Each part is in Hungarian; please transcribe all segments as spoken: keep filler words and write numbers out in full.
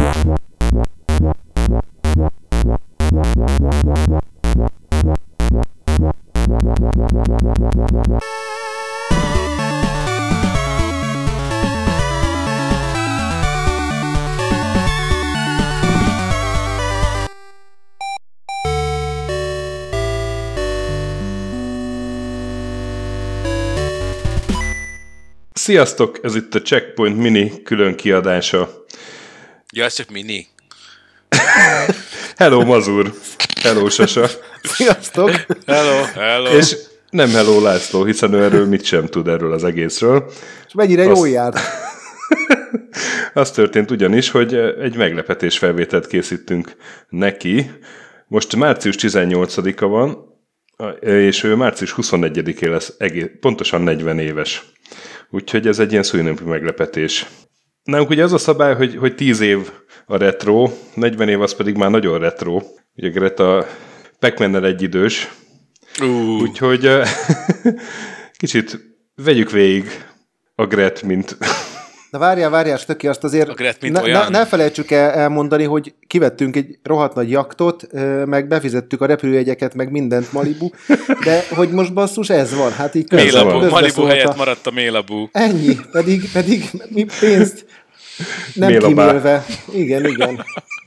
Sziasztok! Ez itt a Checkpoint Mini külön kiadása. Ja, ez csak mini. Hello, Mazur! Hello, Sasa! Sziasztok! Hello, hello! És nem hello, László, hiszen ő erről mit sem tud erről az egészről. És mennyire Azt... jól jár. Az történt ugyanis, hogy egy meglepetés felvételt készítünk neki. Most március tizennyolcadika van, és ő március huszonegyedikén lesz egész, pontosan negyven éves. Úgyhogy ez egy ilyen szülinapi meglepetés. Nálunk ugye az a szabály, hogy, hogy tíz év a retro, negyven év az pedig már nagyon retro. Ugye Greta Pac-Man-nel egyidős. Uh. Úgyhogy kicsit vegyük végig a Gret, mint... Na várjál, várjál, Stöki, azt azért a Gret, mint ne, olyan. ne, ne felejtsük el elmondani, hogy kivettünk egy rohadt nagy jaktot, meg befizettük a repülőjegyeket, meg mindent Malibu, de hogy most basszus ez van, hát így Malibu, Malibu helyett maradt a Malibu. Ennyi, pedig, pedig mi pénzt nem Mélabá. Kimélve. Igen, igen.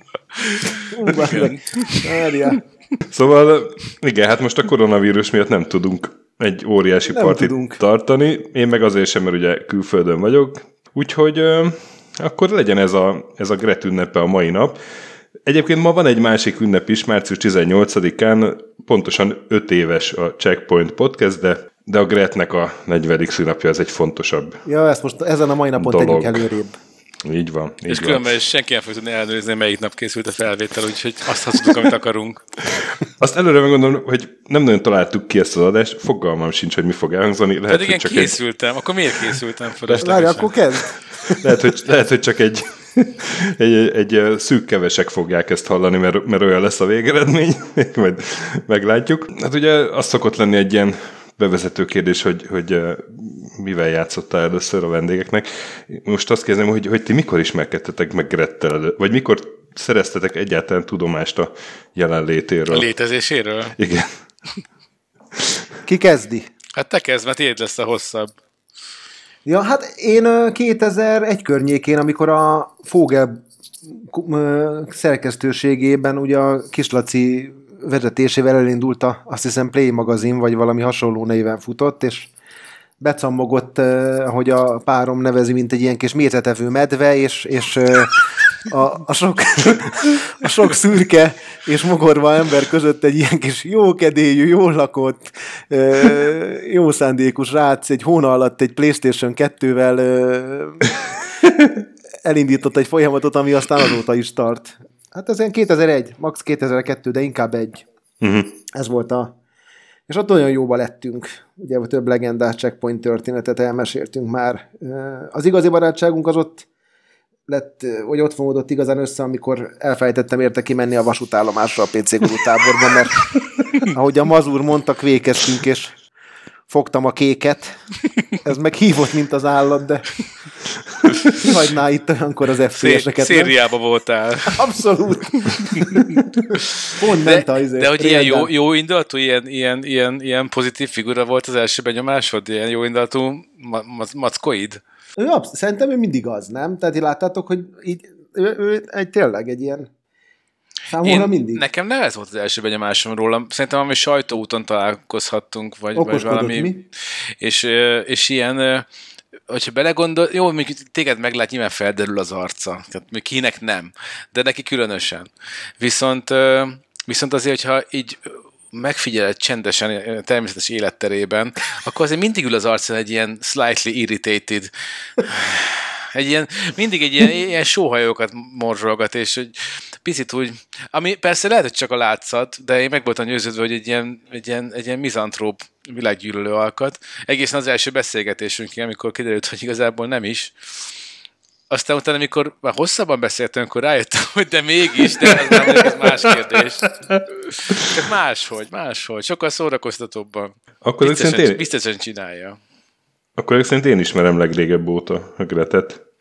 Ú, várjál. Szóval, igen, hát most a koronavírus miatt nem tudunk egy óriási Nem partit tudunk. tartani. Én meg azért sem, mert ugye külföldön vagyok. Úgyhogy ö, akkor legyen ez a, ez a Gret ünnepe a mai nap. Egyébként ma van egy másik ünnep is, március tizennyolcadikán, pontosan öt éves a Checkpoint Podcast, de, de a Gretnek a negyvenedik szülinapja ez egy fontosabb. Ja, ezt most ezen a mai napon dolog. tegyük előrébb. Így van. Így És van. különben is senki nem fog tudni ellenőrizni, melyik nap készült a felvétel, úgyhogy azt hazudunk, amit akarunk. Azt előre megmondom, hogy nem nagyon találtuk ki ezt az adást, fogalmam sincs, hogy mi fog elhangzani. Lehet, Pedig én hogy csak készültem, egy... akkor miért készültem Várj, fölöslegesen? akkor kezd. Lehet, hogy, lehet, hogy csak egy, egy, egy, egy szűk kevesek fogják ezt hallani, mert, mert olyan lesz a végeredmény, majd meglátjuk. Hát ugye az szokott lenni egy ilyen bevezető kérdés, hogy, hogy mivel játszottál először a vendégeknek. Most azt kérdezem, hogy, hogy ti mikor ismerkedtetek meg Grettel elő, vagy mikor szereztetek egyáltalán tudomást a jelenlétéről? A létezéséről? Igen. Ki kezdi? Hát te kezd, mert tiéd lesz a hosszabb. Ja, hát én ö, kétezer-egy környékén, amikor a Fogel ö, szerkesztőségében ugye a Kislaci vezetésével elindult a, azt hiszem Play magazin, vagy valami hasonló néven futott, és becammogott, uh, hogy a párom nevezi, mint egy ilyen kis mércetevő medve, és, és uh, a, a, sok, a sok szürke és mogorva ember között egy ilyen kis jókedélyű, jól lakott, uh, jó szándékú srác egy hóna alatt egy PlayStation kettővel uh, elindított egy folyamatot, ami aztán azóta is tart. Hát ez ilyen kétezer-egy, max. kétezer-kettő, de inkább egy. Uh-huh. Ez volt a... És ott olyan jóba lettünk. Ugye több legendás Checkpoint történetet elmeséltünk már. Az igazi barátságunk az ott lett, hogy ott fonódott igazán össze, amikor elfelejtettem érte kimenni a vasútállomásra a pé cé Guru táborban, mert ahogy a Mazur mondta, kvékeztünk, és fogtam a kéket. Ez meg hívott, mint az állat, de kihagyná itt olyankor az ef pé es-eket. Szériába voltál. Abszolút. Pont De, ment a izé. de hogy ilyen jó, jó indulatú, ilyen, ilyen, ilyen, ilyen pozitív figura volt az első benyomásod? Ilyen jó indulatú ma, ma, mackoid? Ő absz- szerintem ő mindig az, nem? Tehát így láttátok, hogy így, ő, ő egy tényleg egy ilyen számomra Én, mindig. Nekem nem ez volt az első benyomásom róla. Szerintem valami sajtóúton találkozhattunk, vagy, vagy valami. Mi? És, és ilyen, hogyha belegondol, jó, még téged meglát, nyilván felderül az arca. Tehát még kinek nem, de neki különösen. Viszont, viszont azért, hogyha így megfigyeled csendesen természetes életterében, akkor azért mindig ül az arcán egy ilyen slightly irritated, egy ilyen, mindig egy ilyen, ilyen sóhajókat morzsolgat, és hogy picit úgy, ami persze lehet, hogy csak a látszat, de én meg voltam győződve, hogy egy ilyen, egy ilyen, egy ilyen mizantróp világgyűlölő alkat. Egészen az első beszélgetésünkig, amikor kiderült, hogy igazából nem is. Aztán utána, amikor már hosszabban beszéltünk, akkor rájöttem, hogy de mégis, de ez nem ez más kérdés. Csak máshogy, máshogy, sokkal szórakoztatóbban. Akkor biztosan, szerint én... biztosan csinálja. Akkor szerint én ismerem legrégebb óta a Gretet.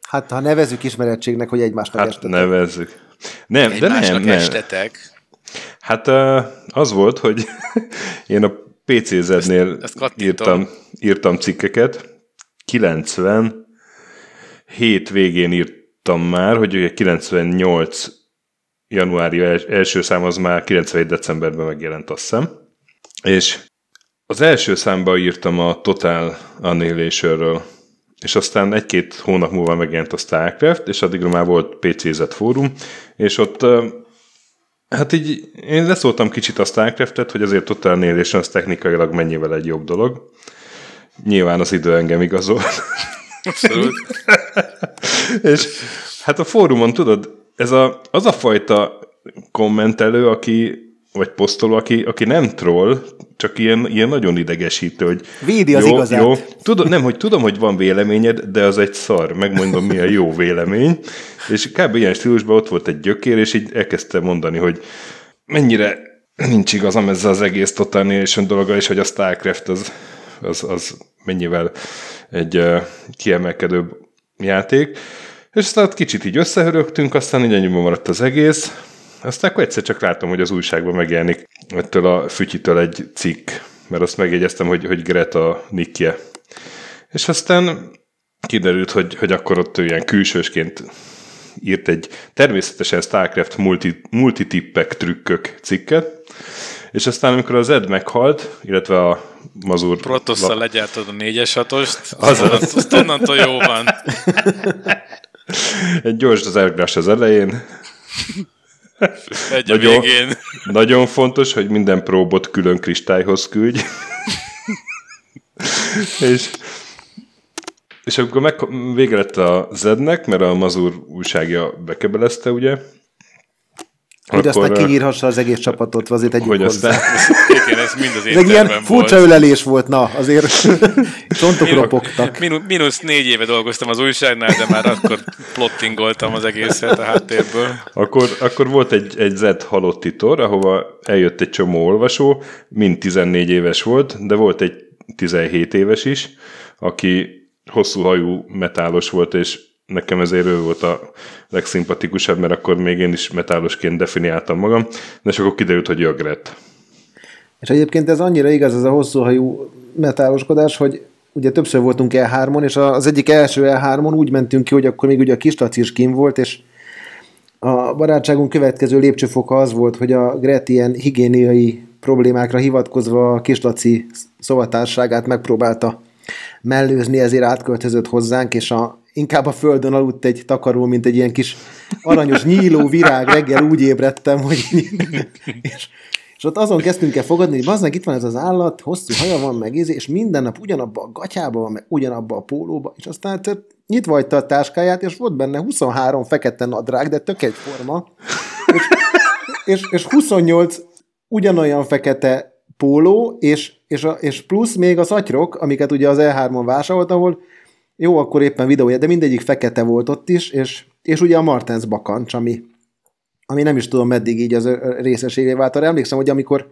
Hát ha nevezzük ismerettségnek, hogy egymásnak Hát estetek. nevezzük. Nem, de nem, Egymásnak nem. estetek. Hát az volt, hogy én a pé cé zet-nél Ezt- ezt írtam, írtam cikkeket. kilencvenhét végén írtam már, hogy ugye kilencvennyolc januári els- első szám az már kilencvenhét decemberben megjelent, azt hiszem. És az első számban írtam a Total Annihilation-ről, és aztán egy-két hónap múlva megjelent a StarCraft, és addigra már volt pé cé zet fórum, és ott hát így én leszóltam kicsit a StarCraftet, hogy azért Total Annihilation az technikailag mennyivel egy jobb dolog. Nyilván az idő engem igazol. Abszolút. És hát a fórumon, tudod, ez a, az a fajta kommentelő, aki, vagy posztoló, aki, aki nem troll, csak ilyen, ilyen nagyon idegesítő, hogy Védi az jó, igazát. jó. Tudom, nem, hogy tudom, hogy van véleményed, de az egy szar. Megmondom, mi a jó vélemény. És kb. Ilyen stílusban ott volt egy gyökér, és így elkezdte mondani, hogy mennyire nincs igazam ezzel az egész Total Annihilation dologgal, és hogy a StarCraft az, az, az mennyivel egy uh, kiemelkedőbb játék. És aztán kicsit így összehörögtünk, aztán így ennyiben maradt az egész. Aztán akkor egyszer csak látom, hogy az újságban megjelenik ettől a fütyitől egy cikk, mert azt megjegyeztem, hogy, hogy Greta nickje. És aztán kiderült, hogy, hogy akkor ott ő ilyen külsősként írt egy természetesen StarCraft multi, multitippek, trükkök cikket, és aztán amikor az Ed meghalt, illetve a Mazur... Protosszal la... legyártod a négyes hatost, az azt, azt onnantól jó van. Egy gyors az elgrás az elején. Egy a nagyon, végén. Nagyon fontos, hogy minden próbot külön kristályhoz küldj. és, és akkor meg, vége lett a Zednek, mert a Mazur újságja bekebelezte, ugye? Hogy akkor, aztán kinyírhassa az egész csapatot, azért tegyük hogy hozzá. aztán... Igen, ez mind az Ez egy ilyen étterben furcsa volt. ölelés volt, na, azért csontok ropogtak. Minu, minusz négy éve dolgoztam az újságnál, de már akkor plottingoltam az egészet a háttérből. Akkor, akkor volt egy, egy Zed halott titor, ahova eljött egy csomó olvasó, mind tizennégy éves volt, de volt egy tizenhét éves is, aki hosszú hajú metálos volt, és nekem ezért ő volt a legszimpatikusabb, mert akkor még én is metálosként definiáltam magam, de és akkor kiderült, hogy Jögret. És egyébként ez annyira igaz, ez a hosszúhajú metáloskodás, hogy ugye többször voltunk E hármon, és az egyik első E hármon úgy mentünk ki, hogy akkor még ugye a Kislaci is kim volt, és a barátságunk következő lépcsőfoka az volt, hogy a Gret ilyen higiéniai problémákra hivatkozva a Kislaci szobatárságát megpróbálta mellőzni, ezért átköltözött hozzánk, és a, inkább a földön aludt egy takaró, mint egy ilyen kis aranyos nyíló virág. Reggel úgy ébredtem, hogy... és, és ott azon kezdtünk el fogadni, hogy bazdmeg, itt van ez az állat, hosszú haja van, meg íze, és minden nap ugyanabba a gatyába van, meg ugyanabba a pólóba, és aztán nyitva hagyta a táskáját, és volt benne huszonhárom fekete nadrág, de tök egyforma, és, és, és huszonnyolc ugyanolyan fekete póló, és, és, a, és plusz még a szatyrok, amiket ugye az E hármon vásárolt, ahol jó, akkor éppen videója, de mindegyik fekete volt ott is, és, és ugye a Martens bakancs, ami, ami nem is tudom meddig így az részeségé vált. Arra emlékszem, hogy amikor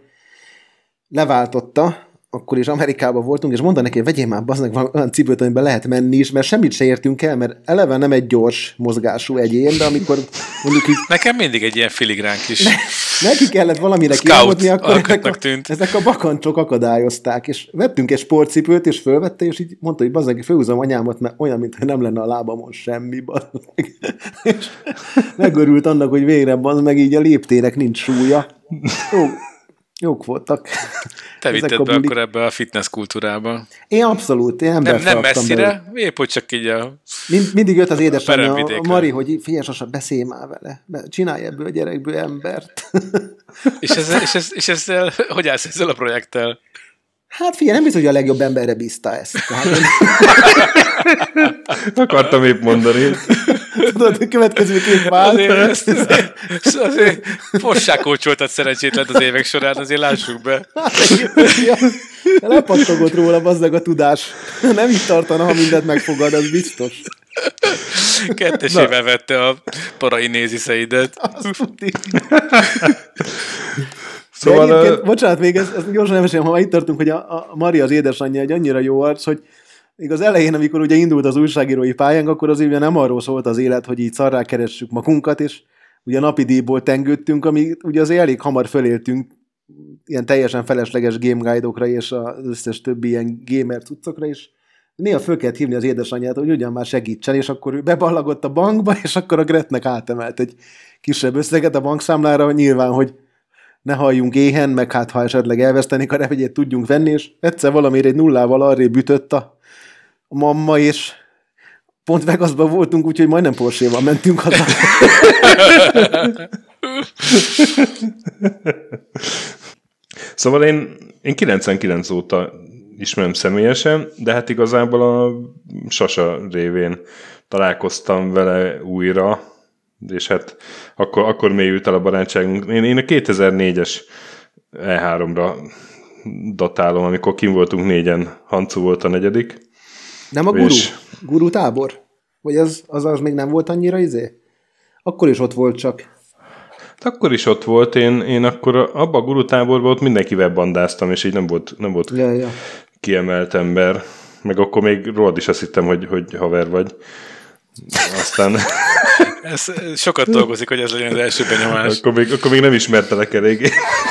leváltotta, akkor is Amerikában voltunk, és mondta neki, hogy vegyél már bazdmeg olyan cipőt, amiben lehet menni is, mert semmit se értünk el, mert eleve nem egy gyors mozgású egyén, de amikor mondjuk így... Nekem mindig egy ilyen filigrán kis... Ne, neki kellett valamire kiálmodni, akkor ezek a, tűnt. ezek a bakancsok akadályozták, és vettünk egy sportcipőt, és fölvette, és így mondta, hogy bazdmeg, fölhúzom anyámat, mert olyan, mintha nem lenne a lábamon semmi, bazdmeg. És megörült annak, hogy végre bazdmeg így a léptének nincs súlya. Jó, jók voltak. Te vitted be akkor ebbe a fitness kultúrába. Én abszolút, én nem, nem messzire, be. Épp hogy csak így a Mind, Mindig jött az édesanyja, a, a Mari, hogy figyelj, Sasa, beszélj már vele, csinálj ebből a gyerekből embert. és, ezzel, és, ez, és ezzel, hogy állsz ezzel a projekttel? Hát figyelj, nem biztos, hogy a legjobb emberre bízta ezt. Tehát, én... Akartam épp mondani. Tudod, a következő két vált. Azért, ezt, azért, azért fossákócsoltad szerencsétlen az évek során, azért lássuk be. Lepattogott róla bazdmeg a tudás. Nem így tartana, ha mindent megfogad, az biztos. Kettesével vette a parainéziszeidet. Szóval, egyébként, bocsánat, még ezt, ezt gyorsan nem mesélem, ha már itt tartunk, hogy a, a Mari az édesanyja egy annyira jó arc, hogy Igaz, elején, amikor ugye indult az újságírói pályánk, akkor az ugye nem arról szólt az élet, hogy így szarrá keressük magunkat, és ugye napi díjból tengődtünk, ami ugye azért elég hamar föléltünk ilyen teljesen felesleges game guide-okra és az összes többi ilyen gamer cuccokra is. Néha föl kellett hívni az édesanyját, hogy ugyan már segítsen, és akkor ő beballagott a bankba, és akkor a Gretnek átemelt egy kisebb összeget a bankszámlára, nyilván, hogy ne halljunk éhen, meg hát ha esetleg elvesztenék a repegyét tudjunk venni, és egyszer valamiért egy nullával arrébb ütött a mamma, és pont Vegasban voltunk, úgyhogy majdnem Porsche-val mentünk haza. Szóval én, én kilencvenkilenc óta ismerem személyesen, de hát igazából a Sasa révén találkoztam vele újra, és hát akkor, akkor mélyült el a barátságunk. Én, én a kétezer-négyes E háromra datálom, amikor kim voltunk négyen, Hancu volt a negyedik. Nem a guru? Guru tábor? Vagy az, az, az még nem volt annyira izé? Akkor is ott volt csak. Akkor is ott volt, én, én akkor abban a guru táborban ott mindenkivel bandáztam, és így nem volt, nem volt ja, ja. kiemelt ember. Meg akkor még rólad is azt hittem, hogy, hogy haver vagy. Aztán... Ez sokat dolgozik, hogy ez legyen az első benyomás. Akkor még, akkor még nem ismertelek eléggé.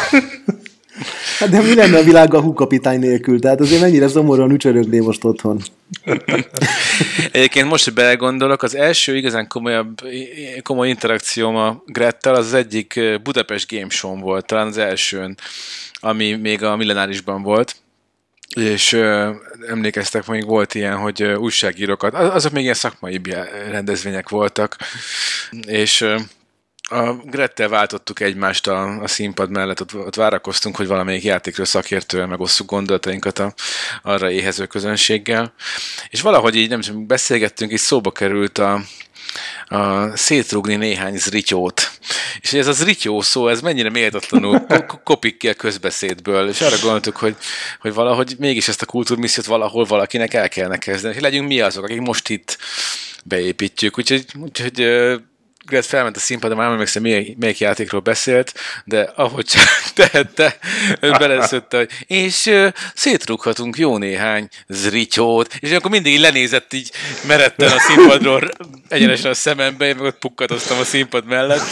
Hát de mi lenne a világ a húkapitány nélkül? Tehát azért mennyire szomorúan ücsörögné most otthon. Egyébként most, hogy belegondolok, az első igazán komolyabb, komoly interakcióm a Grettel az, az egyik Budapest Game Show volt, talán az elsőn, ami még a Millenárisban volt. És ö, emlékeztek, még volt ilyen, hogy ö, újságírókat, az, azok még ilyen szakmai rendezvények voltak, és ö, a Grettel váltottuk egymást a, a színpad mellett, ott, ott várakoztunk, hogy valamelyik játékról szakértően megosszuk gondolatainkat a, arra éhező közönséggel, és valahogy így nem tudom, beszélgettünk, és szóba került a A szétrugni néhány zrityót. És ez a zrityó szó, ez mennyire méltatlanul kopik ki a közbeszédből, és arra gondoltuk, hogy, hogy valahogy mégis ezt a kultúrmissziót valahol valakinek el kellene kezdeni, hogy legyünk mi azok, akik most itt beépítjük. Úgyhogy, úgyhogy Gret felment a színpadra, már emlékszem, melyik, melyik játékról beszélt, de ahogy csak tehette, beleszötte, hogy és uh, szétrughatunk jó néhány zrityót, és akkor mindig így lenézett így meretten a színpadról egyenesen a szemembe, én meg ott pukkadoztam a színpad mellett.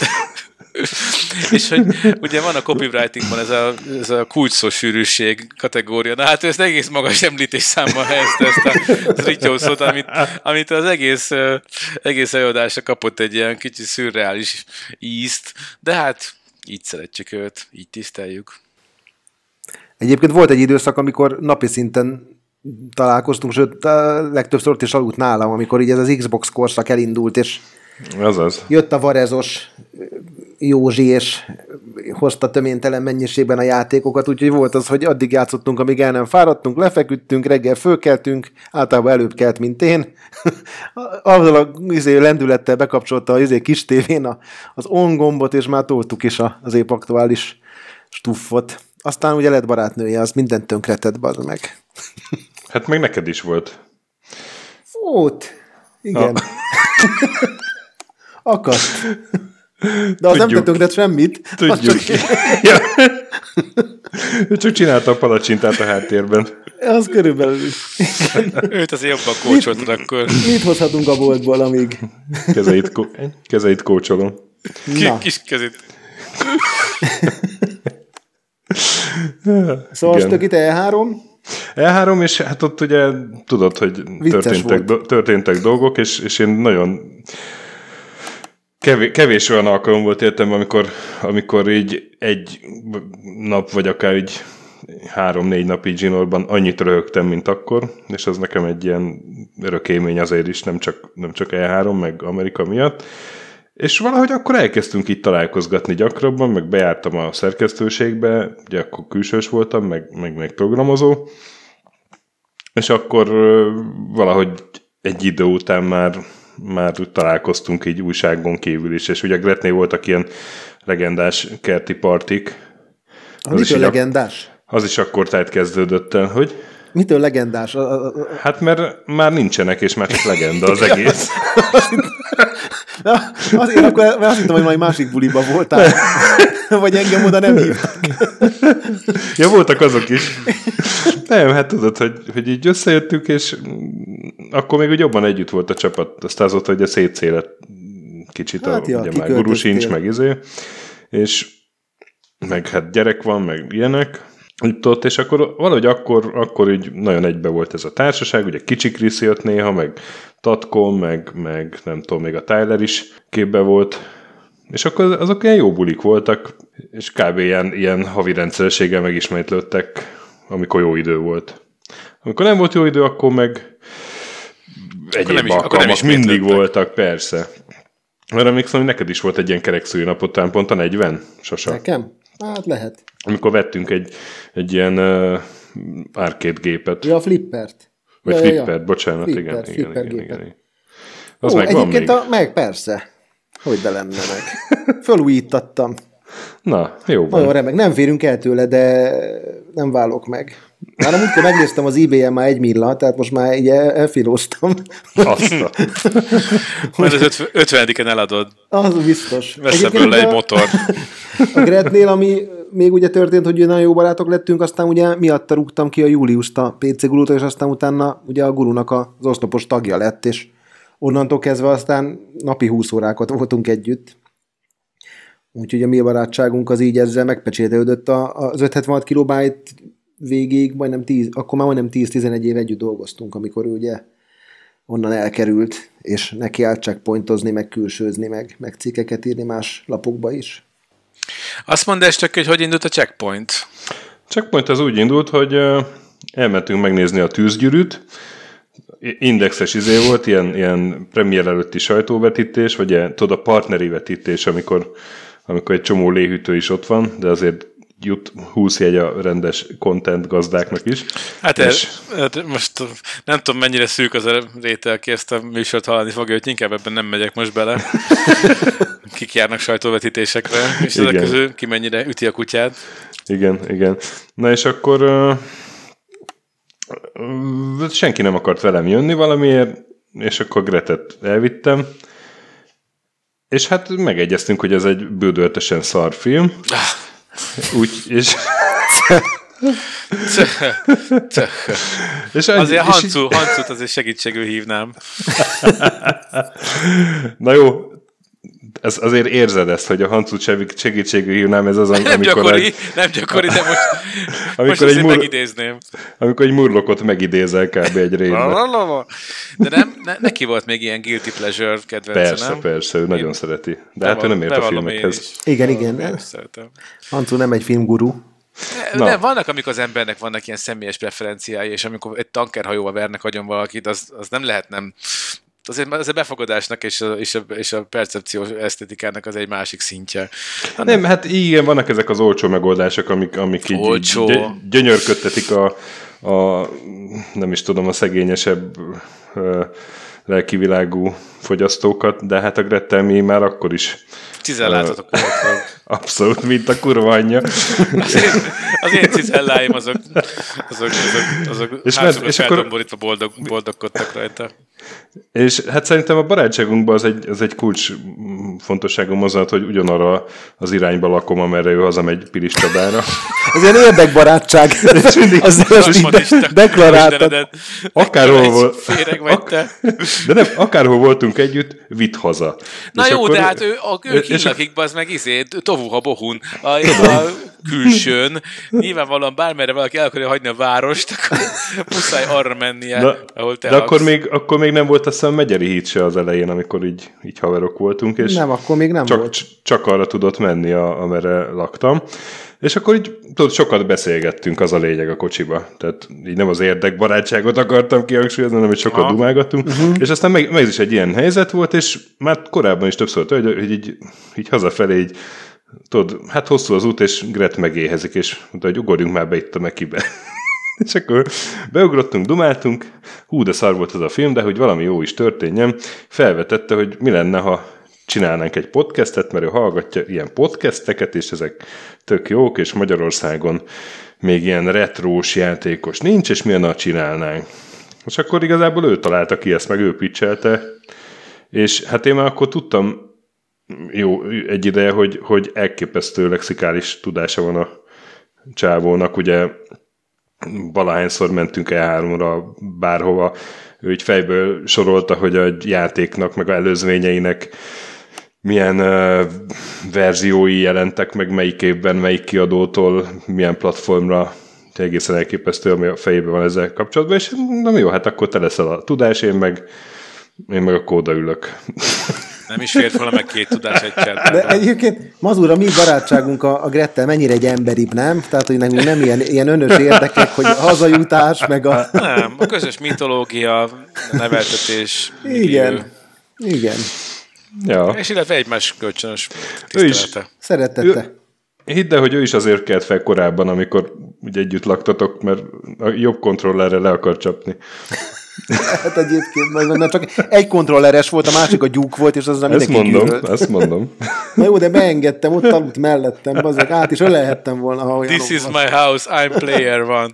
És hogy ugye van a copywritingban ez a, ez a kulcsszó sűrűség kategória, na hát ő ezt egész magas említésszámmal helyezte ezt a zrityószót, amit, amit az egész, egész előadásra kapott egy ilyen kicsi szürreális ízt, de hát így szeretjük őt, így tiszteljük. Egyébként volt egy időszak, amikor napi szinten találkoztunk, sőt, legtöbbször ott is aludt nálam, amikor így ez az Xbox korszak elindult, és Azaz. jött a Varezos Józsi, és hozta töménytelen mennyiségben a játékokat, úgyhogy volt az, hogy addig játszottunk, amíg el nem fáradtunk, lefeküdtünk, reggel fölkeltünk, általában előbb kelt, mint én. Azzal a izé, lendülettel bekapcsolta az izé, kis tévén a, az on gombot, és már toltuk is az épp aktuális stuffot. Aztán ugye lett barátnője, az mindent tönkretett, bazd meg. Hát meg neked is volt. Volt. Igen. Ah. Akadt. De az Tudjuk. Nem tönkret semmit. Tudjuk. Csak... ja. Ő csak csinálta a palacsintát a háttérben. Az körülbelül. Őt azért jobban kócsoltad akkor. Mit hozhatunk a boltból, amíg... Kezeit, kó... Kezeit kócsolom. Ki, kis kezét. Szóval most itt E három. E három, és hát ott ugye tudod, hogy történtek, do- történtek dolgok, és, és én nagyon kevés, kevés olyan alkalom volt értem, amikor, amikor így egy nap, vagy akár így három-négy nap így zsinórban annyit röhögtem, mint akkor, és az nekem egy ilyen örök élmény azért is, nem csak, nem csak E három, meg Amerika miatt. És valahogy akkor elkezdtünk itt találkozgatni gyakrabban, meg bejártam a szerkesztőségbe, ugye akkor külsős voltam, meg, meg, meg programozó, és akkor valahogy egy idő után már, már találkoztunk így újságon kívül is, és ugye Gretnél voltak ilyen legendás kerti partik. Az mitől legendás? Az is akkor tehát kezdődött el, hogy... Mitől legendás? Hát mert már nincsenek, és már csak legenda az egész. Azért akkor, mert azt hittem, hogy majd másik buliba voltál. Vagy engem oda nem hívtak. Ja, voltak azok is. Nem, hát tudod, hogy, hogy így összejöttünk, és akkor még úgy jobban együtt volt a csapat, aztán azóta ugye szétszélet kicsit, Hát a, ja, ugye már guru sincs, meg izé, és meg hát gyerek van, meg ilyenek, itt ott, és akkor valahogy akkor, akkor így nagyon egybe volt ez a társaság, ugye Kicsi Krisz jött néha, meg Tatkon, meg, meg nem tudom, még a Tyler is képbe volt, és akkor azok ilyen jó bulik voltak, és kb. ilyen, ilyen havi rendszerességgel megismétlődtek, amikor jó idő volt. Amikor nem volt jó idő, akkor meg egyéb alkalmak mindig voltak, persze. Mert emlékszem, hogy neked is volt egy ilyen kerekszői napot, talán pont a negyven, Sasa. Nekem? Hát lehet. Amikor vettünk egy, egy ilyen uh, arcade gépet. Ja, a flippert. Vagy ja, flippert, ja, ja. bocsánat, Flipper, igen, flipper igen, gépet. igen, igen. Az Ó, meg van egyébként még. A, meg, persze. Hogy de lenne meg. Fölújítattam. Na, jó van. Nagyon remek. Nem férünk el tőle, de nem válok meg. Már amikor megnéztem az eBay-en már egy milla, tehát most már így el, elfilóztam. Azt a... Majd az ötvenediken eladod. Az biztos. Veszel belőle egy motor. A Gretnél, ami még ugye történt, hogy nagyon jó barátok lettünk, aztán ugye miatta rúgtam ki a Júliust a pé cé gurútól, és aztán utána ugye a gurunak az oszlopos tagja lett, és onnantól kezdve aztán napi húsz órákat voltunk együtt. Úgyhogy a mi barátságunk az így ezzel megpecsételődött. Az ötszázhetvenhat kilobájt végig, majdnem tíz, akkor már majdnem tíz-tizenegy év együtt dolgoztunk, amikor ő ugye onnan elkerült, és neki állt checkpointozni, meg külsőzni, meg, meg cikkeket írni más lapokba is. Azt mondd estek, hogy hogy indult a checkpoint? Checkpoint az úgy indult, hogy elmentünk megnézni a Tűzgyűrűt, indexes izé volt, ilyen, ilyen premier előtti sajtóvetítés, vagy ilyen, tudod, a partneri vetítés, amikor, amikor egy csomó léhűtő is ott van, de azért jut húsz jegy a rendes content gazdáknak is. Hát és... el, most nem tudom, mennyire szűk az a rétel, aki ezt a műsort hallani fogja, hogy inkább ebben nem megyek most bele. Kik járnak sajtóvetítésekre, és ezek közül ki mennyire üti a kutyát. Igen, igen. Na és akkor uh, senki nem akart velem jönni valamiért, és akkor Gretet elvittem, és hát megegyeztünk, hogy ez egy bődöltesen szar film. Úgy, és... és azért és Hancu, így... Hancut azért segítségül hívnám. Na jó, ez, azért érzed ezt, hogy a Hancut segítségül hívnám, ez az, nem amikor... Gyakori, egy, nem gyakori, de most, amikor most azért mur, megidézném. Amikor egy murlokot megidézel kb. Egy rédbe. De nem, ne, neki volt még ilyen guilty pleasure kedvence, persze, nem? Persze, ő nagyon szereti. De hát ő nem ért a filmekhez. Igen, igen. Hancu nem egy filmguru. Ne, nem, vannak, amikor az embernek vannak ilyen személyes preferenciái, és amikor egy tankerhajóval vernek agyon valakit, az, az nem lehet nem... Azért az a befogadásnak és a, és, a, és a percepciós esztetikának az egy másik szintje. Nem, nem, hát igen, vannak ezek az olcsó megoldások, amik, amik így, olcsó. így gyönyörködtetik a, a, nem is tudom, a szegényesebb lelkivilágú fogyasztókat, de hát a Grettel mi már akkor is cizellázatok uh, voltak. Abszolút, mint a kurva anyja. Az én, az én cizelláim azok, azok, azok, azok és háromszor feldomborítva boldog, boldogkodtak rajta. És hát szerintem a barátságunkban az egy, az egy kulcs fontosságú mozzanat, hogy ugyanarra az irányba lakom, amerre ő hazamegy Pilis Csabára. Ez ilyen érdekbarátság. Az ezt deklaráltad. Akárhol volt. Féreg vagy te. De nem, akárhol voltunk együtt, vitt haza. Na és jó, akkor, de hát ő, a, ő kínlakik, az meg izé, tovuha bohun a, a külsőn. Nyilvánvalóan bármerre valaki el akarja hagyni a várost, akkor muszáj arra mennie, na, ahol te de akkor még, akkor még nem volt azt hiszem Megyeri híd se az elején, amikor így, így haverok voltunk. És nem, akkor még nem csak, volt. Csak arra tudott menni, a, amerre laktam. És akkor így tudod, sokat beszélgettünk, az a lényeg a kocsiba. Tehát így nem az érdekbarátságot akartam kihangsúlyozni, hanem hogy sokat ha. dumálgattunk. Uh-huh. És aztán meg, meg is egy ilyen helyzet volt, és már korábban is többször, hogy, hogy így, így hazafelé így, tudod, hát hosszú az út, és Gret megéhezik, és mondta, hogy ugorjunk már be itt a Mekibe. És akkor beugrottunk, dumáltunk, hú, de szar volt az a film, de hogy valami jó is történjen, felvetette, hogy mi lenne, ha csinálnánk egy podcastet, mert ő hallgatja ilyen podcasteket, és ezek tök jók, és Magyarországon még ilyen retrós játékos nincs, és mi a csinálnánk. És akkor igazából ő találta ki ezt, meg ő pitchelte, és hát én már akkor tudtam jó egy ideje, hogy, hogy elképesztő lexikális tudása van a csávónak, ugye valahányszor mentünk E háromra bárhova, ő így fejből sorolta, hogy a játéknak, meg a előzményeinek milyen uh, verziói jelentek meg, melyik évben, melyik kiadótól, milyen platformra, egészen elképesztő, ami a fejében van ezzel kapcsolatban, és na jó, hát akkor te leszel a tudás, én meg, én meg a kóda ülök. Nem is fért volna meg két tudás egy cserben. De egyébként, Mazur, mi barátságunk a, a Grettel mennyire egy emberibb, nem? Tehát, hogy nekünk nem ilyen, ilyen önös érdekek, hogy a hazajutás, meg a... Nem, a közös mitológia, neveltetés. Igen, millió. igen. Ja. És illetve egymás kölcsönös Ő is. tisztelete. Szeretette. Hidd el, hogy ő is azért kelt fel korábban, amikor ugye együtt laktatok, mert a jobb kontrollerre le akar csapni. Hát egyébként, mert mert csak egy kontrolleres volt, a másik a gyúk volt, és azra Ezt mindenki mondom, gyűlölt. ezt mondom. Na jó, de beengedtem, ott aludt mellettem, bazeg, át is ölelhettem volna, ha olyan This is volt. my house, I'm player one.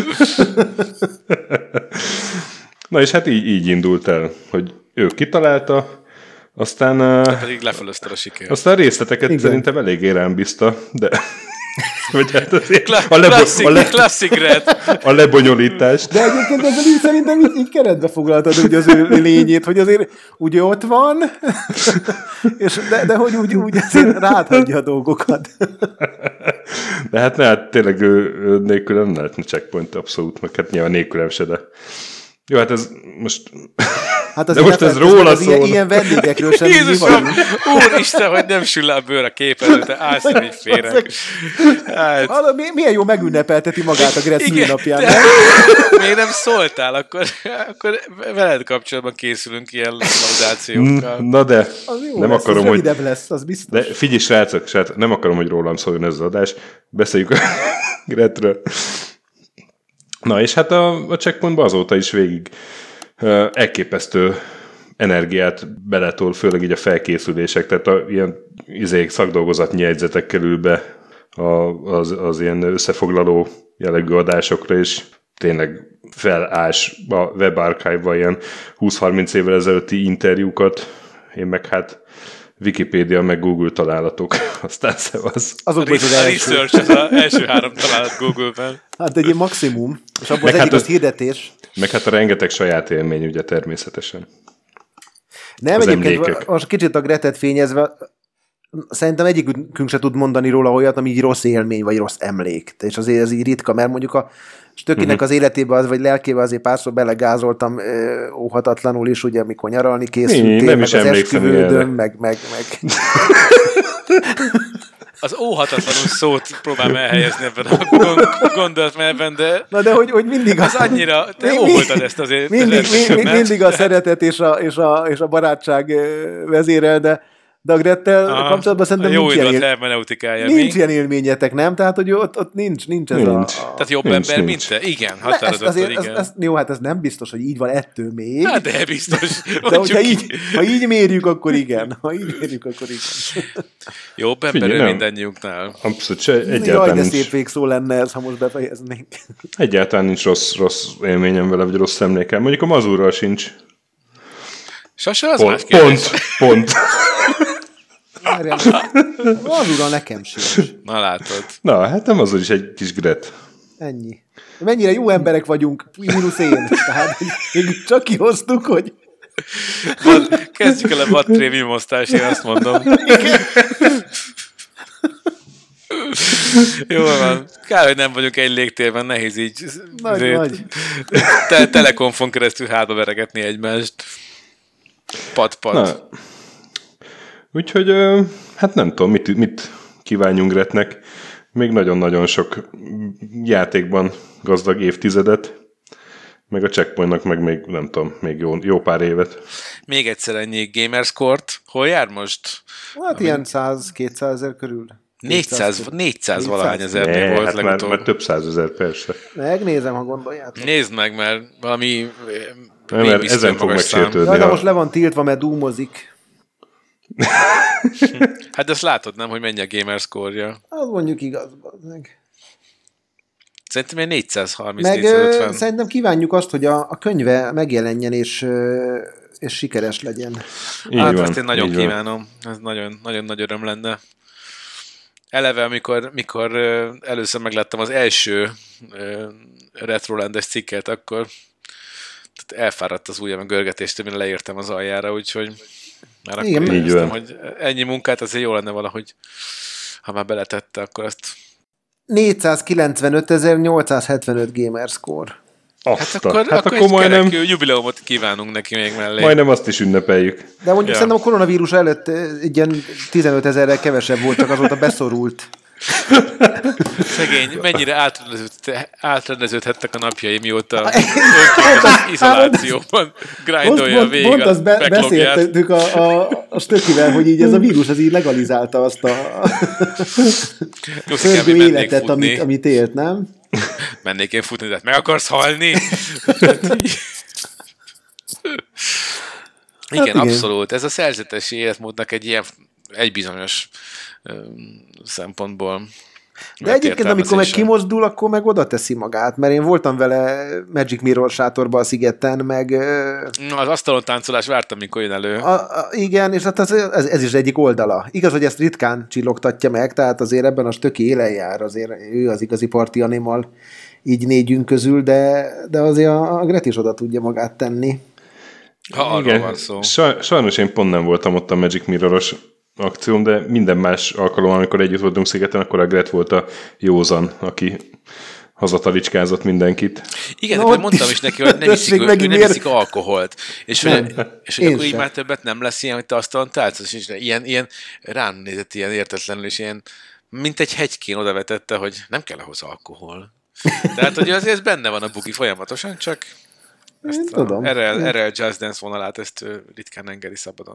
Na és hát így, így indult el, hogy ő kitalálta, aztán, Te uh, pedig lefölözted a sikert. aztán a részleteket Igen. szerintem eléggé rám bízta, de vagy hát azért Kla- a, lebo- klasszik, a, le- klasszik red. a lebonyolítást. De egyébként ezzel így szerintem így, így keretbe foglaltad ugye az ő lényét, hogy azért ugye ott van, és de, de hogy úgy, úgy azért ráthagyja a dolgokat. De hát ne, hát tényleg ő, ő nélkül nem lehetne checkpoint abszolút, meg hát nyilván nélkülem se, de jó, hát ez most... Hát de azért most ez elfelejtkezz, róla az ilyen, szól. ilyen vendégekről sem mi Jézusom, vagyunk. úristen, hogy nem sül le a bőr a képernyőn, te állsz nem így félre. Hát, Hallod, mi- milyen jó megünnepelteti magát a Gretz igen, napján. de miért nem szóltál, akkor, akkor veled kapcsolatban készülünk ilyen laudációkkal. Na de, Az jó nem lesz, akarom, az hogy... rövidebb lesz, az biztos. De figyelj, srácok, srácok, nem akarom, hogy rólam szóljon ez az adás. Beszéljük a Gretről. Na, és hát a, a checkpointban azóta is végig uh, elképesztő energiát beletol, főleg így a felkészülések, tehát a, ilyen izék, szakdolgozatnyi jegyzetek kerül be a, az, az ilyen összefoglaló jellegű adásokra, és tényleg felás a Web Archive-ba ilyen húsz-harminc évvel ezelőtti interjúkat, én meg hát Wikipédia, meg Google találatok, aztán szevasz. A, Azokból is az a első. research az az első három találat Google-ben. Hát egy ilyen maximum, és abban Meg az hát egyik az az- hirdetés. Meg hát a rengeteg saját élmény, ugye természetesen. Nem, az egyébként emlékek. most kicsit a Gretet fényezve, szerintem egyikünk se tud mondani róla olyat, ami így rossz élmény, vagy rossz emlék. És azért ez így ritka, mert mondjuk a Stökinek uh-huh. az életébe, az, vagy lelkébe azért párszor belegázoltam ö, óhatatlanul is, ugye, amikor nyaralni készültél, Én nem meg is az emlékszem ilyenre. esküvődön, meg, meg, meg. Az óhatatlanul szót próbálom elhelyezni ebben a gond- gondolatmenetben, de Na de hogy, hogy mindig az annyira, te Mi- óvoltad ezt azért. mindig, rendesen, mindig, nem? mindig a szeretet és a, és a, és a barátság ö, vezérel, de, de a Grettel Aha, kapcsolatban szerintem a jó nincs ilyen, indulat él, hermeneutikája. nincs mi? ilyen élményetek, nem? Tehát, hogy ott, ott nincs, nincs ez Nincs. a... a... Tehát jobb Nincs, ember, nincs. mint te? Igen, Ne, ezt határozottan azért, igen. ezt, ezt, jó, hát ez nem biztos, hogy így van ettől még. Hát de biztos. de Mondjuk hogyha így. így, ha így mérjük, akkor igen. Ha így mérjük, akkor igen. Jobb ember Figyelj, ő nem. mindannyiunknál. Abszolút se, Jaj, egyáltalán de nincs, szép végszó lenne ez, ha most befejeznénk. egyáltalán nincs rossz, rossz élményem vele, vagy rossz emlékem. Mondjuk a Mazurral sincs. Sose az Pont, más kérdés. pont, pont. Várjál, az uram nekem sincs. Na látod. Na, hát nem Mazur is egy kis Gret. Ennyi. Mennyire jó emberek vagyunk, mínusz én. Tehát hogy még csak kihoztuk, hogy Vad, kezdjük el a vad prémium osztást, én azt mondom. Jó van. Kár, hogy nem vagyunk egy légtérben, nehéz így Nagy, azért nagy. Te, telekonfon keresztül hátba veregetni egymást. Pat-pat. Na. Úgyhogy, ö, hát nem tudom, mit, mit kívánjunk Gretnek. Még nagyon-nagyon sok játékban gazdag évtizedet, meg a Checkpointnak meg még, nem tudom, még jó, jó pár évet. Még egyszer ennyi Gamerscore-t. Hol jár most? Hát ilyen száz-kétszáz ezer körül. négyszáz, négyszáz valahány ezernél Ne, volt hát már, legutóbb. már több százezer, persze. Megnézem, ha gondoljátok. Nézd meg, mert valami Nem, mert ezen fog megsértődni. Ja, de ha- most le van tiltva, mert dúmozik. Hát de azt látod, nem, hogy mennyi a Gamerscore-ja. Az mondjuk igaz. Meg, Szerintem egy meg ö, négyszázharminc-négyszázötven. szerintem kívánjuk azt, hogy a, a könyve megjelenjen és, ö, és sikeres legyen. Így Hát van, ezt én nagyon így van. kívánom. Ez nagyon, nagyon nagy öröm lenne. Eleve, amikor, mikor ö, először megláttam az első ö, Retrolandes cikket, akkor Tehát elfáradt az ujjam a görgetéstől, mire leértem az aljára, úgyhogy már Igen, akkor így éreztem, van. hogy ennyi munkát azért jó lenne valahogy, ha már beletette, akkor ezt... négyszázkilencvenötezer-nyolcszázhetvenöt gamerscore. Hát Azt akkor, a, hát akkor, akkor egy majdnem, kerek jubileumot kívánunk neki még mellé. majdnem azt is ünnepeljük. De mondjuk Ja. szerintem a koronavírus előtt egy ilyen tizenötezerrel kevesebb volt, csak azóta beszorult. Szegény, mennyire átrendeződte- átrendeződhettek a napjai, mióta önkéntes izolációban grindolja Most végig pont a azt be, backlogját. beszéltük a, a, a Stökivel, hogy így ez a vírus az így legalizálta azt a Jószikán, földő mi mennék életet, futni. amit, amit élt, nem? Mennék én futni, de hát meg akarsz halni? igen, igen. abszolút. Ez a szerzetesi életmódnak egy ilyen, egy bizonyos öm, szempontból. De egyébként, amikor meg értelmezése. kimozdul, akkor meg oda teszi magát, mert én voltam vele Magic Mirror sátorban a szigeten, meg ö, Na, az asztalon táncolás vártam, mikor jön elő. a, a, igen, és hát az, ez, ez is egyik oldala. Igaz, hogy ezt ritkán csillogtatja meg, tehát azért ebben a Stöki élen jár, azért ő az igazi party animal így négyünk közül, de, de azért a Gret is oda tudja magát tenni. Ha arról van szó. Saj- sajnos én pont nem voltam ott a Magic Mirror-os akcióm, de minden más alkalommal, amikor együtt voltunk szigeten, akkor a Gret volt a józan, aki hazatalicskázott mindenkit. Igen, Na, de ott mondtam is. is neki, hogy nem Tessék, iszik, ő, ő megint nem miért? iszik alkoholt. És, hogy, és hogy Én akkor így sem. már többet nem lesz ilyen, hogy te asztalon tálcos, és ilyen, ilyen rám nézett ilyen értetlenül, és ilyen, mint egy hegykén odavetette, hogy nem kell ahhoz alkohol. Tehát, hogy azért ez benne van a bugi folyamatosan, csak ezt Én a tudom. erre, erre a Just Dance vonalát, ezt ő ritkán engedi szabadon.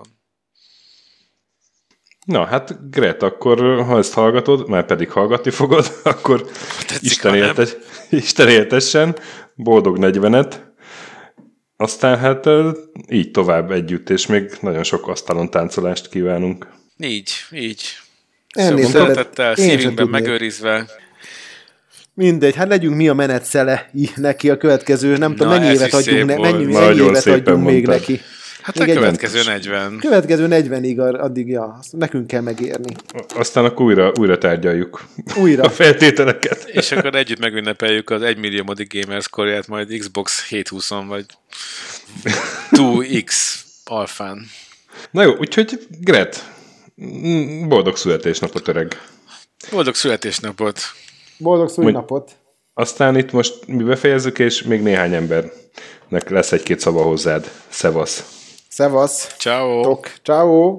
Na, hát Gret, akkor ha ezt hallgatod, már pedig hallgatni fogod, akkor Tetszik, Isten, ha nem. éltes, Isten éltessen, boldog negyvenet, aztán hát így tovább együtt, és még nagyon sok asztalon táncolást kívánunk. Így, így. Ennél Szóval többet szeretettel, én sem szívünkben tudnék. megőrizve. Mindegy, hát legyünk mi a menetszele így neki a következő, nem tudom, Na, mennyi ez évet is adjunk, szép ne, volt. mennyi, Nagyon mennyi évet szépen adjunk még mondtad. neki. Hát Még a egy- következő negyven. Következő negyvenig addig, ja, azt nekünk kell megérni. Aztán akkor újra, újra tárgyaljuk Újra. a feltételeket. És akkor együtt megünnepeljük az egymilliómodik Gamerscore-ját majd Xbox hétszázhúszon vagy kettő X alfán. Na jó, úgyhogy Gret, mm, boldog születésnapot, öreg. Boldog születésnapot! Boldog szülinapot! Aztán itt most mi befejezzük, és még néhány embernek lesz egy-két szava hozzád. Szevasz! Szevasz! Ciao. Tok! Ciao.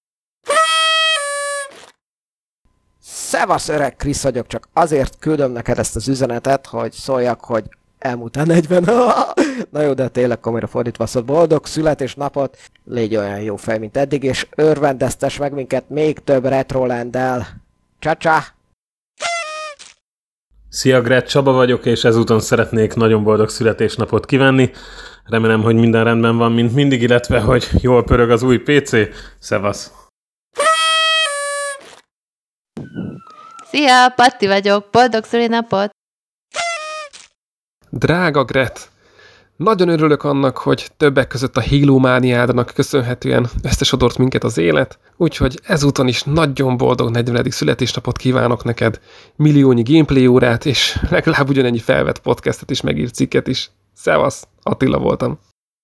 Szevasz, öreg Krisz vagyok, csak azért küldöm neked ezt az üzenetet, hogy szóljak, hogy elmúltál negyven. Na jó, de tényleg komolyra fordítva szóval boldog születésnapot, légy olyan jó fej, mint eddig, és örvendeztes meg minket még több Retrolanddel. Csa-csa! Szia, Gret, Csaba vagyok, és ezúton szeretnék nagyon boldog születésnapot kívánni. Remélem, hogy minden rendben van, mint mindig, illetve, hogy jól pörög az új pé cé. Szevasz! Szia, Patti vagyok, boldog szülinapot! Drága Gret, nagyon örülök annak, hogy többek között a Halo mániádnak köszönhetően összesodort minket az élet, úgyhogy ezúton is nagyon boldog negyvenedik születésnapot kívánok neked, milliónyi gameplay órát, és legalább ugyanennyi felvett podcastet és megírt cikket is. Szevasz, Attila voltam.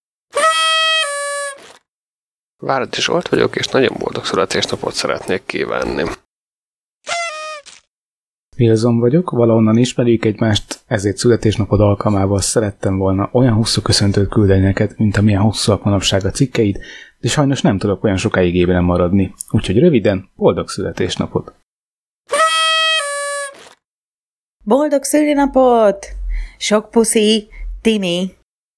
Váradi Zsolt vagyok, és nagyon boldog születésnapot szeretnék kívánni. Wilson vagyok, valahonnan ismerjük egymást, ezért születésnapod alkalmával szerettem volna olyan hosszú köszöntőt küldeni neked, mint amilyen hosszúak manapság a cikkeid, de sajnos nem tudok olyan sokáig ébren maradni, úgyhogy röviden, boldog születésnapot! Boldog szülinapot! Sok puszi, Tini!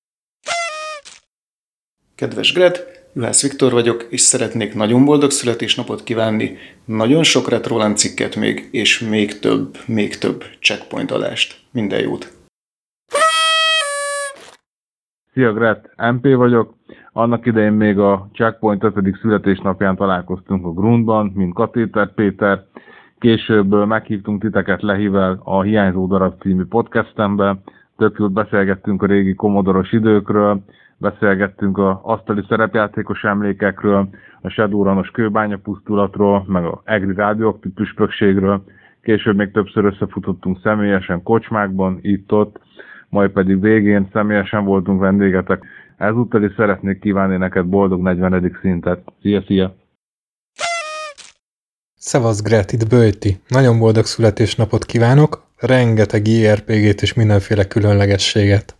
Kedves Gret, Juhász Viktor vagyok, és szeretnék nagyon boldog születésnapot kívánni, nagyon sok Retroland cikket még, és még több, még több checkpoint adást. Minden jót! Szia Gret, em pé vagyok. Annak idején még a Checkpoint ötödik születésnapján találkoztunk a Grundban, mint Katéter Péter. Később meghívtunk titeket Lehivel a Hiányzó darab című podcastembe. Tök jót beszélgettünk a régi komodoros időkről, beszélgettünk az asztali szerepjátékos emlékekről, a Shadowrunos kőbánya pusztulatról, meg a egri rádióaktív püspökségről. Később még többször összefutottunk személyesen kocsmákban, itt-ott. majd pedig végén személyesen voltunk vendégetek. Ezúttal is szeretnék kívánni neked boldog negyvenedik szintet. Szia, szia! Szevasz Gret, itt Böjti. Nagyon boldog születésnapot kívánok, rengeteg i er pé gét és mindenféle különlegességet.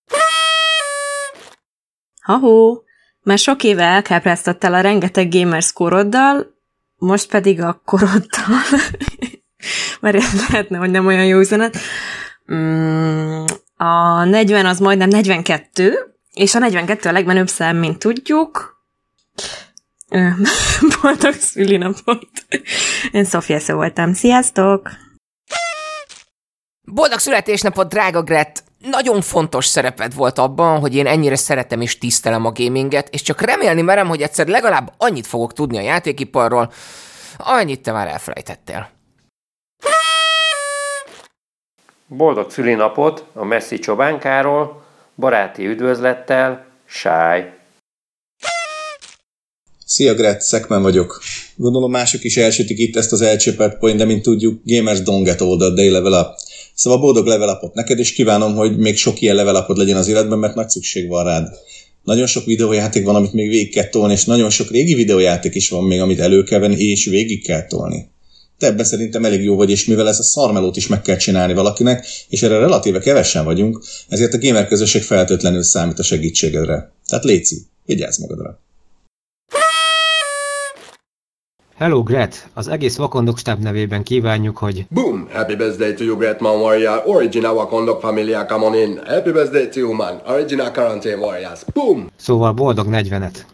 Ha-hó, már sok éve elkápráztattál a rengeteg gamers koroddal, most pedig a koroddal. Mert ez lehetne, hogy nem olyan jó üzenet. Mm, a negyven az majdnem negyvenkettő, és a negyvenkettő a legmenőbb szám, mint tudjuk. Boldog szülinapot! Én Szofia Szó voltam. Sziasztok! Boldog születésnapot, drága Gret! Nagyon fontos szereped volt abban, hogy én ennyire szeretem és tisztelem a gaminget, és csak remélni merem, hogy egyszer legalább annyit fogok tudni a játékiparról, annyit te már elfelejtettél. Boldog szülinapot a messzi csobánkáról, baráti üdvözlettel, Sáj. Szia Gret, Szekmen vagyok. Gondolom mások is elsütik itt ezt az elcsépelt point, de mint tudjuk, gamers don't get older, they level up. Szóval boldog level upot neked, és kívánom, hogy még sok ilyen level upod legyen az életben, mert nagy szükség van rád. Nagyon sok videójáték van, amit még végig kell tolni, és nagyon sok régi videójáték is van még, amit elő kell venni, és végig kell tolni. Te ebben szerintem elég jó vagy, és mivel ez a szarmelót is meg kell csinálni valakinek, és erre relatíve kevesen vagyunk, ezért a gamer közösség feltétlenül számít a segítségedre. Tehát léci, vigyázz magadra! Hello Gret, az egész Wakondok stáb nevében kívánjuk, hogy Boom! Happy birthday to you, Gret, man warrior. Original Wakondok familia, come on in. Happy birthday to you, man. Original Quarantine Warriors. Boom! Szóval boldog negyvenet.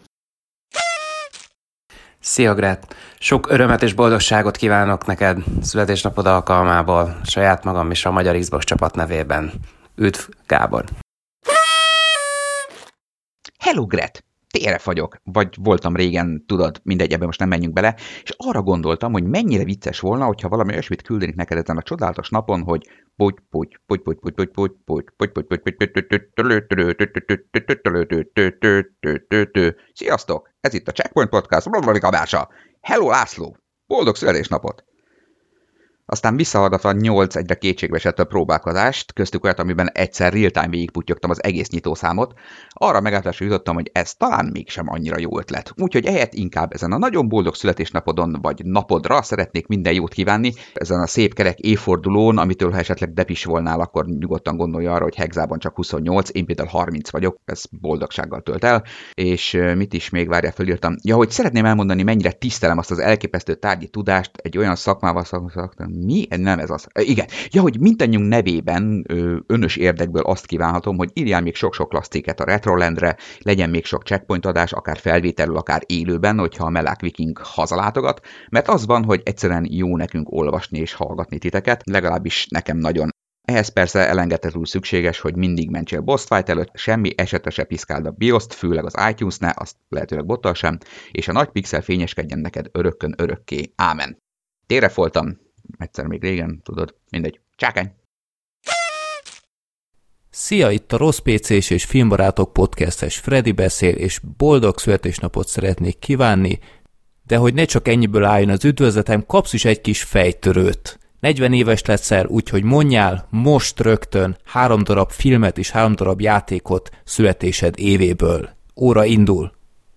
Szia Gret! Sok örömet és boldogságot kívánok neked születésnapod alkalmából, saját magam és a Magyar Xbox csapat nevében. Üdv, Gábor! Hello Gret! té er ef vagyok, vagy voltam régen, tudod, mindegy, ebben most nem menjünk bele, és arra gondoltam, hogy mennyire vicces volna, hogyha valami olyasmit küldenék neked ezen a csodálatos napon, hogy puty puty puty puty puty puty puty puty puty. Sziasztok! Ez itt a Checkpoint Podcast, blablabla. Hello László! Boldog születésnapot! Aztán visszahallgatva nyolc egyre kétségbe esett a próbálkozást, köztük olyat, amiben egyszer real-time végigputyogtam az egész nyitószámot, arra megállapításra jutottam, hogy ez talán mégsem annyira jó ötlet. Úgyhogy ehhez inkább ezen a nagyon boldog születésnapodon vagy napodra szeretnék minden jót kívánni, ezen a szép kerek évfordulón, amitől ha esetleg depis volnál, akkor nyugodtan gondolja arra, hogy Hexában csak huszonnyolc, én például harminc vagyok, ez boldogsággal tölt el, és mit is még várjál, fölírtam. Ja, hogy szeretném elmondani, mennyire tisztelem azt az elképesztő tárgyi tudást egy olyan szakmával szakmával, mi? Nem ez az. Igen. Ja, hogy mindannyiunk nevében ö, önös érdekből azt kívánhatom, hogy írjál még sok-sok klassziket a Retrolandre, legyen még sok checkpoint adás, akár felvételül, akár élőben, hogyha a Melák Viking hazalátogat, mert az van, hogy egyszerűen jó nekünk olvasni és hallgatni titeket, legalábbis nekem nagyon. Ehhez persze elengedhetetlenül szükséges, hogy mindig mentsél boss fight előtt, semmi esetre se piszkáld a BIOS-t, főleg az iTunes-ne, azt lehetőleg bottal sem, és a nagy pixel fényeskedjen neked örökkön örökké. Ámen. Téref voltam, egyszer még régen, tudod, mindegy. Csákány! Szia, itt a Rossz pé cés és Filmbarátok podcastes Freddy beszél, és boldog születésnapot szeretnék kívánni, de hogy ne csak ennyiből álljon az üdvözletem, kapsz is egy kis fejtörőt. negyven éves leszel, úgyhogy mondjál most rögtön három darab filmet és három darab játékot születésed évéből. Óra indul!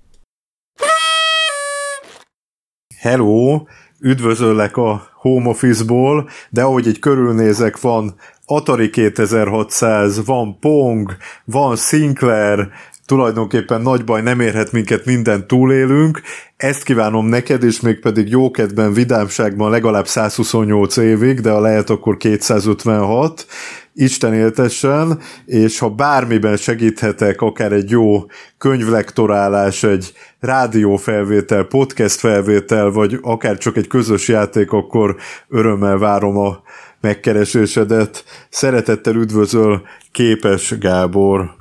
Hello! Üdvözöllek a home office-ból, de ahogy így körülnézek, van Atari kétezer-hatszáz, van Pong, van Sinclair, tulajdonképpen nagy baj, nem érhet minket, mindent túlélünk. Ezt kívánom neked, és még pedig jókedben, vidámságban legalább százhuszonnyolc évig, de ha lehet, akkor kétszázötvenhat. Isten éltessen, és ha bármiben segíthetek, akár egy jó könyvlektorálás, egy rádiófelvétel, podcast felvétel, vagy akár csak egy közös játék, akkor örömmel várom a megkeresésedet. Szeretettel üdvözöl Képes Gábor.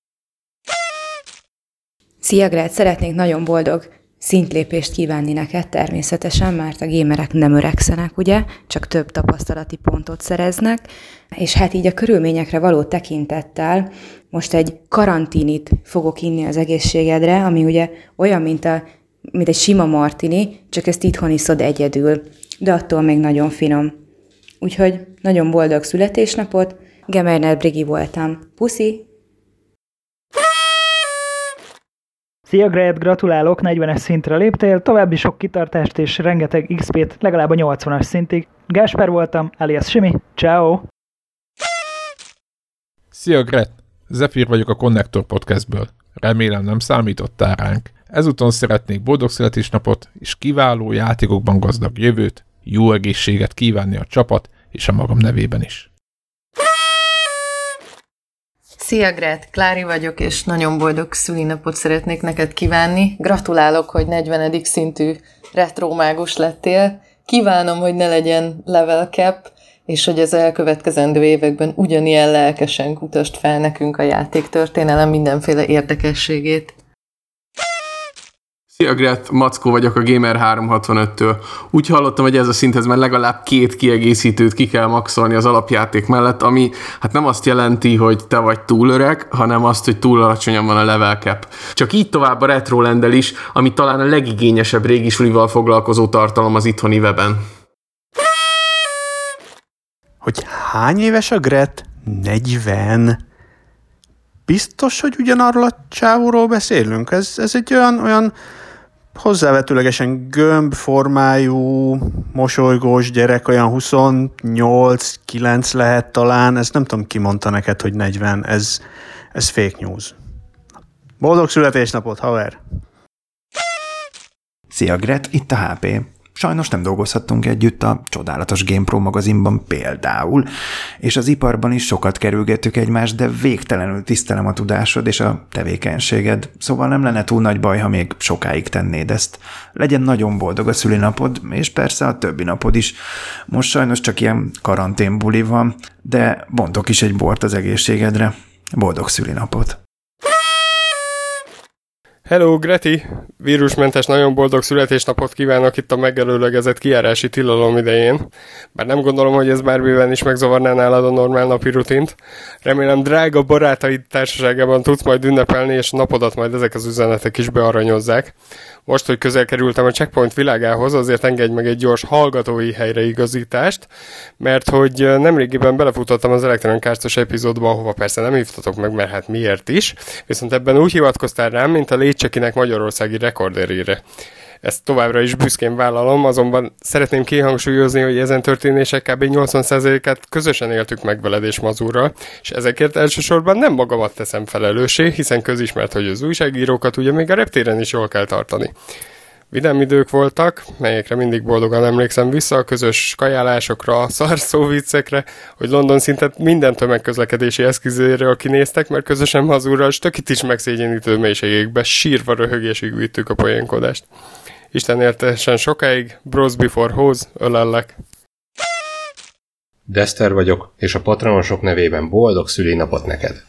Szia Gret, szeretnék nagyon boldog szintlépést kívánni neked természetesen, mert a gémerek nem öregszenek, ugye, csak több tapasztalati pontot szereznek, és hát így a körülményekre való tekintettel most egy karantinit fogok inni az egészségedre, ami ugye olyan, mint, a, mint egy sima martini, csak ezt itthon iszod egyedül, de attól még nagyon finom. Úgyhogy nagyon boldog születésnapot, Gemerner Brigi voltam. Puszi! Szia Gret, gratulálok, negyvenes szintre léptél, további sok kitartást és rengeteg iksz pét, legalább a nyolcvanas szintig. Gásper voltam, alias Simi, ciao. Szia Gret, Zephyr vagyok a Connector Podcastből. Remélem nem számítottál ránk. Ezúton szeretnék boldog születésnapot és kiváló játékokban gazdag jövőt, jó egészséget kívánni a csapat és a magam nevében is. Szia Gret, Klári vagyok, és nagyon boldog szülinapot szeretnék neked kívánni. Gratulálok, hogy negyvenedik szintű retromágus lettél. Kívánom, hogy ne legyen level cap, és hogy az elkövetkezendő években ugyanilyen lelkesen kutasd fel nekünk a játéktörténelem mindenféle érdekességét. Szia Gret, Mackó vagyok a Gamer háromszázhatvanöttől. Úgy hallottam, hogy ez a szinthez már legalább két kiegészítőt ki kell maxolni az alapjáték mellett, ami hát nem azt jelenti, hogy te vagy túl öreg, hanem azt, hogy túl alacsonyan van a level cap. Csak így tovább a Retrolanddel is, ami talán a legigényesebb régi sulival foglalkozó tartalom az itthoni weben. Hogy hány éves a Gret? negyven. Biztos, hogy ugyanarról a csávóról beszélünk? Ez, ez egy olyan, olyan hozzávetőlegesen gömbformájú, mosolygós gyerek, olyan huszonnyolc kilenc lehet talán, ez nem tudom, ki mondta neked, hogy negyven, ez, ez fake news. Boldog születésnapot, haver! Szia Gret, itt a há pé. Sajnos nem dolgozhattunk együtt a csodálatos GamePro magazinban például, és az iparban is sokat kerülgettük egymást, de végtelenül tisztelem a tudásod és a tevékenységed, szóval nem lenne túl nagy baj, ha még sokáig tennéd ezt. Legyen nagyon boldog a szülinapod, és persze a többi napod is. Most sajnos csak ilyen karanténbuli van, de bontok is egy bort az egészségedre. Boldog szülinapot! Hello, Greti! Vírusmentes, nagyon boldog születésnapot kívánok itt a megelőlegezett kijárási tilalom idején. Bár nem gondolom, hogy ez bármiben is megzavarná nálad a normál napi rutint. Remélem drága barátaid társaságában tudsz majd ünnepelni, és a napodat majd ezek az üzenetek is bearanyozzák. Most, hogy közel kerültem a Checkpoint világához, azért engedj meg egy gyors hallgatói helyreigazítást, mert hogy nemrégiben belefutottam az Electronic Arts-os epizódba, ahova persze nem hívtatok meg, mert hát miért is, viszont ebben úgy hivatkoztál rám, mint a Létcsekinek magyarországi rekorderére. Ezt továbbra is büszkén vállalom, azonban szeretném kihangsúlyozni, hogy ezen történések kb. nyolcvan százalékát közösen éltük meg veled és Mazurral, és ezekért elsősorban nem magamat teszem felelőssé, hiszen közismert, hogy az újságírókat ugye még a reptéren is jól kell tartani. Vidám idők voltak, melyekre mindig boldogan emlékszem vissza, a közös kajálásokra, a szarszó viccekre, hogy London szinte minden tömegközlekedési eszközéről kinéztek, mert közösen Mazurral stökit is megszégyenítő mélységekbe sírva röhögésig vittük a poénkodást. Isten értesen sokáig, bros before hose, ölellek. Dexter vagyok, és a patronosok nevében boldog szülinapot neked!